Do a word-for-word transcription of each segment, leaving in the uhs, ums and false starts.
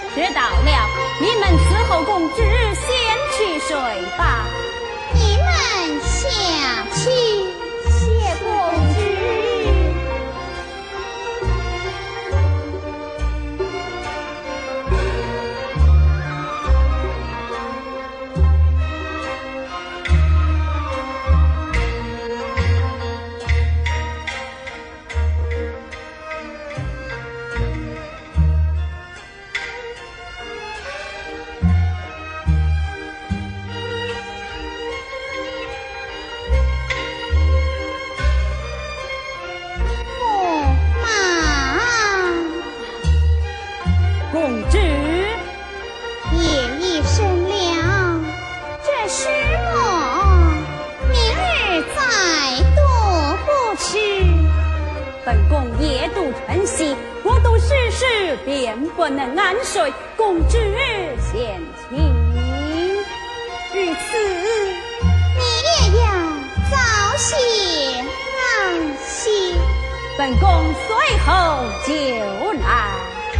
知道了，你们伺候公子先去睡吧。 你们下去，谢公子。 便不能安睡，公子先请。 如此，你也要早些安息。 本宫随后就来。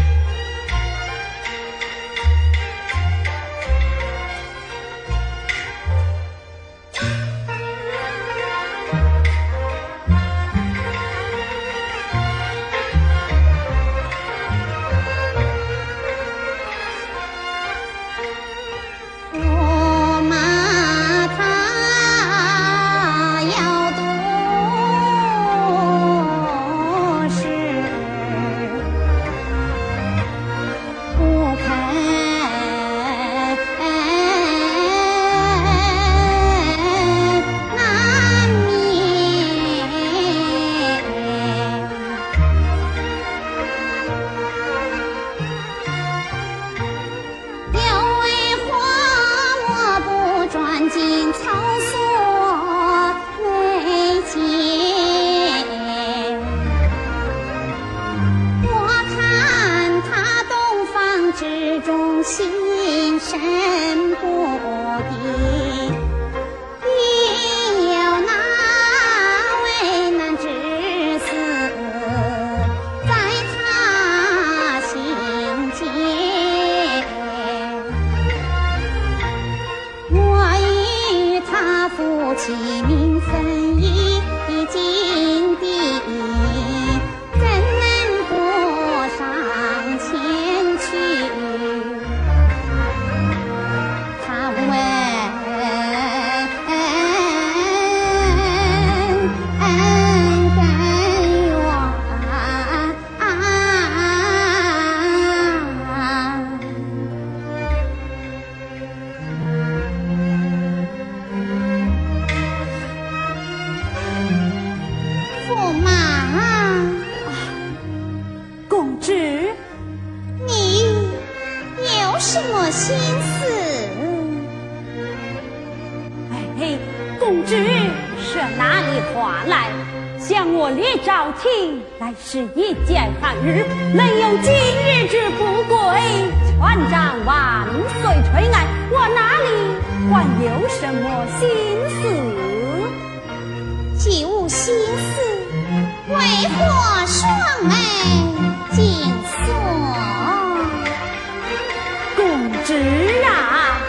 是一见寒日，能有今日之富贵，全仗万岁垂爱，我哪里还有什么心思？ 既无心思，为何双眉紧锁？ 公子啊，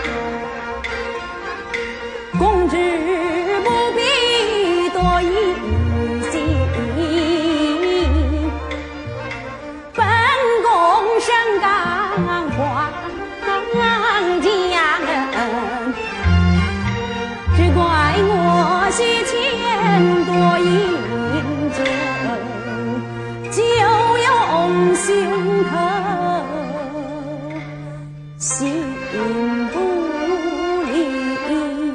公子不必多疑。身干黄家人，只怪我惜钱多饮酒，就用胸口心不宁。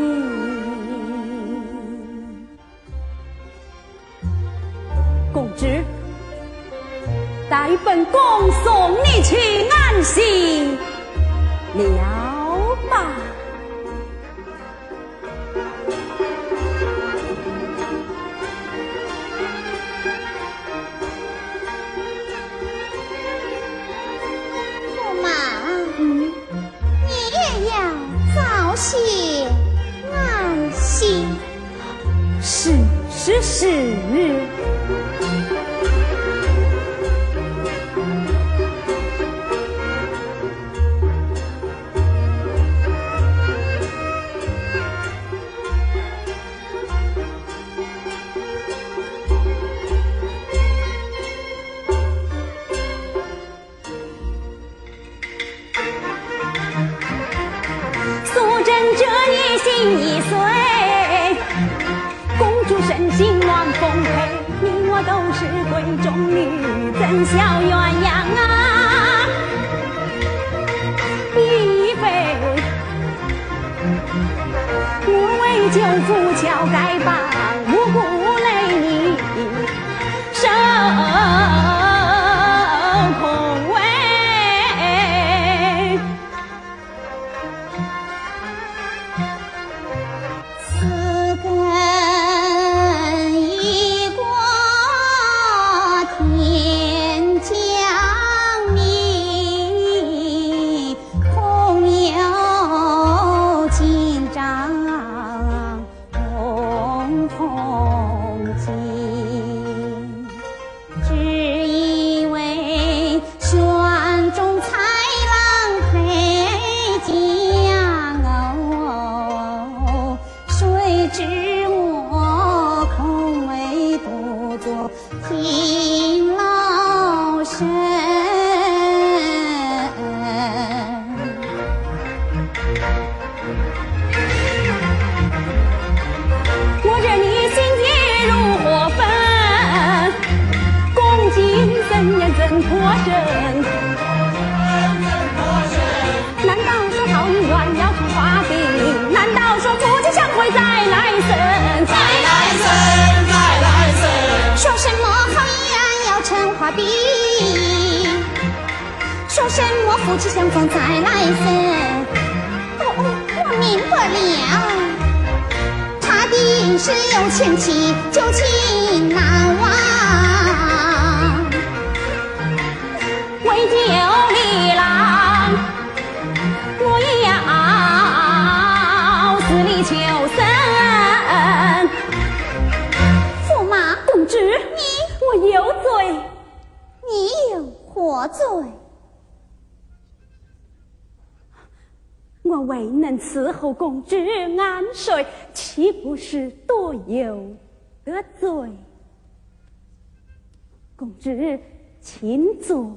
公子，待本宫送你去安息了吧。 驸马，嗯，你也要早些安息。 是是是。 心一岁，公主身心万丰沛，你我都是闺中女，怎消鸳鸯啊？亦非我为救夫桥丐帮，无辜累你受空位。 此根已过天将命，空有金章红铜金，只以为选中才郎配将哦，谁知我空为独坐听老身。 我这你心结如火焚，恭敬怎言怎脱身？难道说好姻缘要成花饼？难道说夫妻相会再来生？再来生，再来生。 说什么好姻缘要成花饼？说什么夫妻相逢再来生？哦哦，我明白了，他定是有前妻，旧情难忘。 为救李郎，我也要死里求生。 驸马， 公主，你我有罪。 你有何罪？ 我未能伺候公主安睡，岂不是多有得罪？公主，请坐。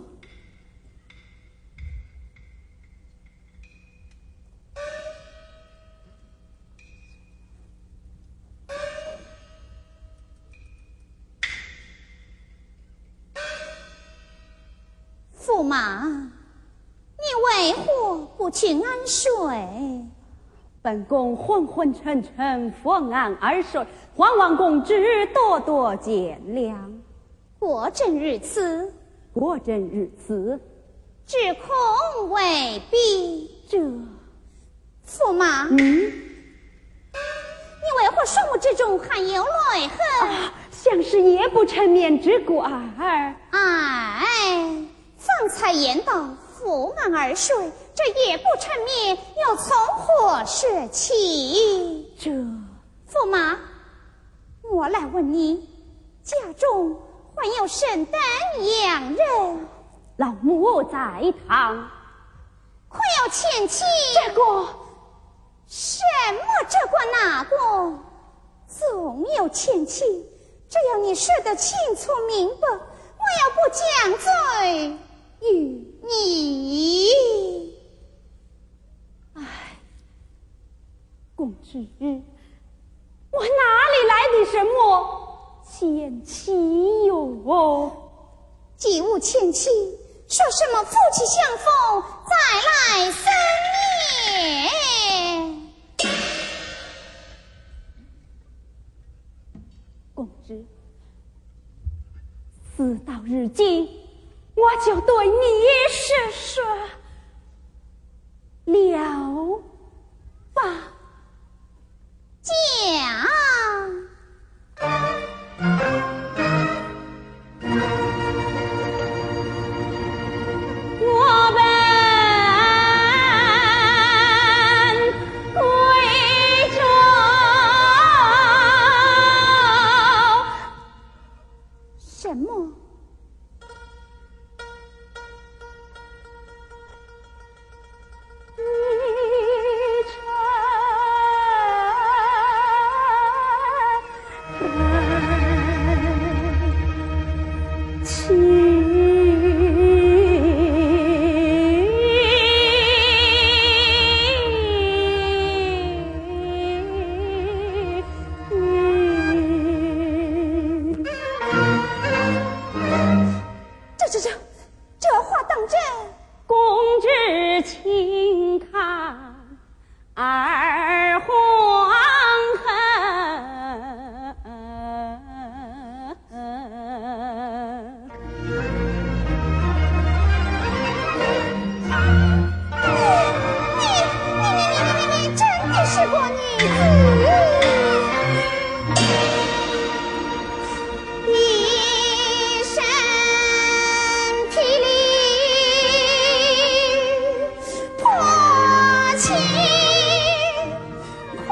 驸马，你为何不去安睡？ 本宫昏昏沉沉，不安而睡，还望公主多多见谅。 果真如此？ 果真如此。 只恐未必。 这， 驸马， 嗯， 你为何双目之中含有泪痕？ 啊，像是夜不成眠之鬼儿。 哎，方才言道伏案而睡，这夜不成眠又从何说起？ 这， 驸马，我来问你，家中还有甚等洋人？ 老母在堂。 可有前妻？ 这个什么这个那个？总有前妻，只要你说得清楚明白，我要不降罪于你。 唉，公主，我哪里来的什么前妻哟？ 既无前妻，说什么夫妻相逢再来生念？ 公主，事到如今，我就对你说说了吧。 讲。 我本贵州什么？ 一城着公之轻看二皇是个女子，一身霹雳破情狂，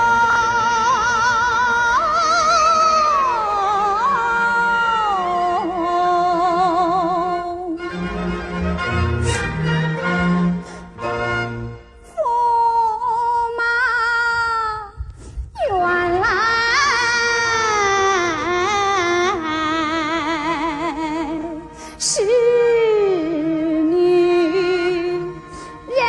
是女人。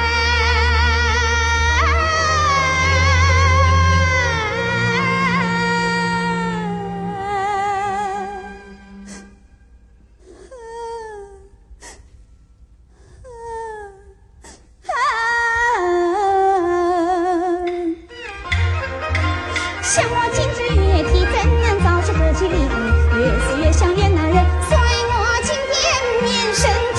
像我今日越体，怎能遭受这其利益？越思越想念那人，所以我今天面身躯。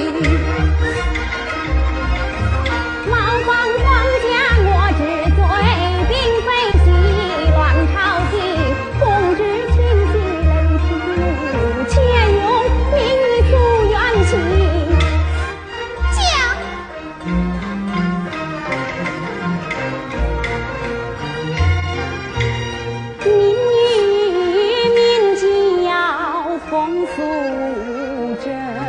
冒犯皇家，我之罪，并非戏乱朝廷，公之情系累其怒，且用名义诉冤情。 讲。 风俗正。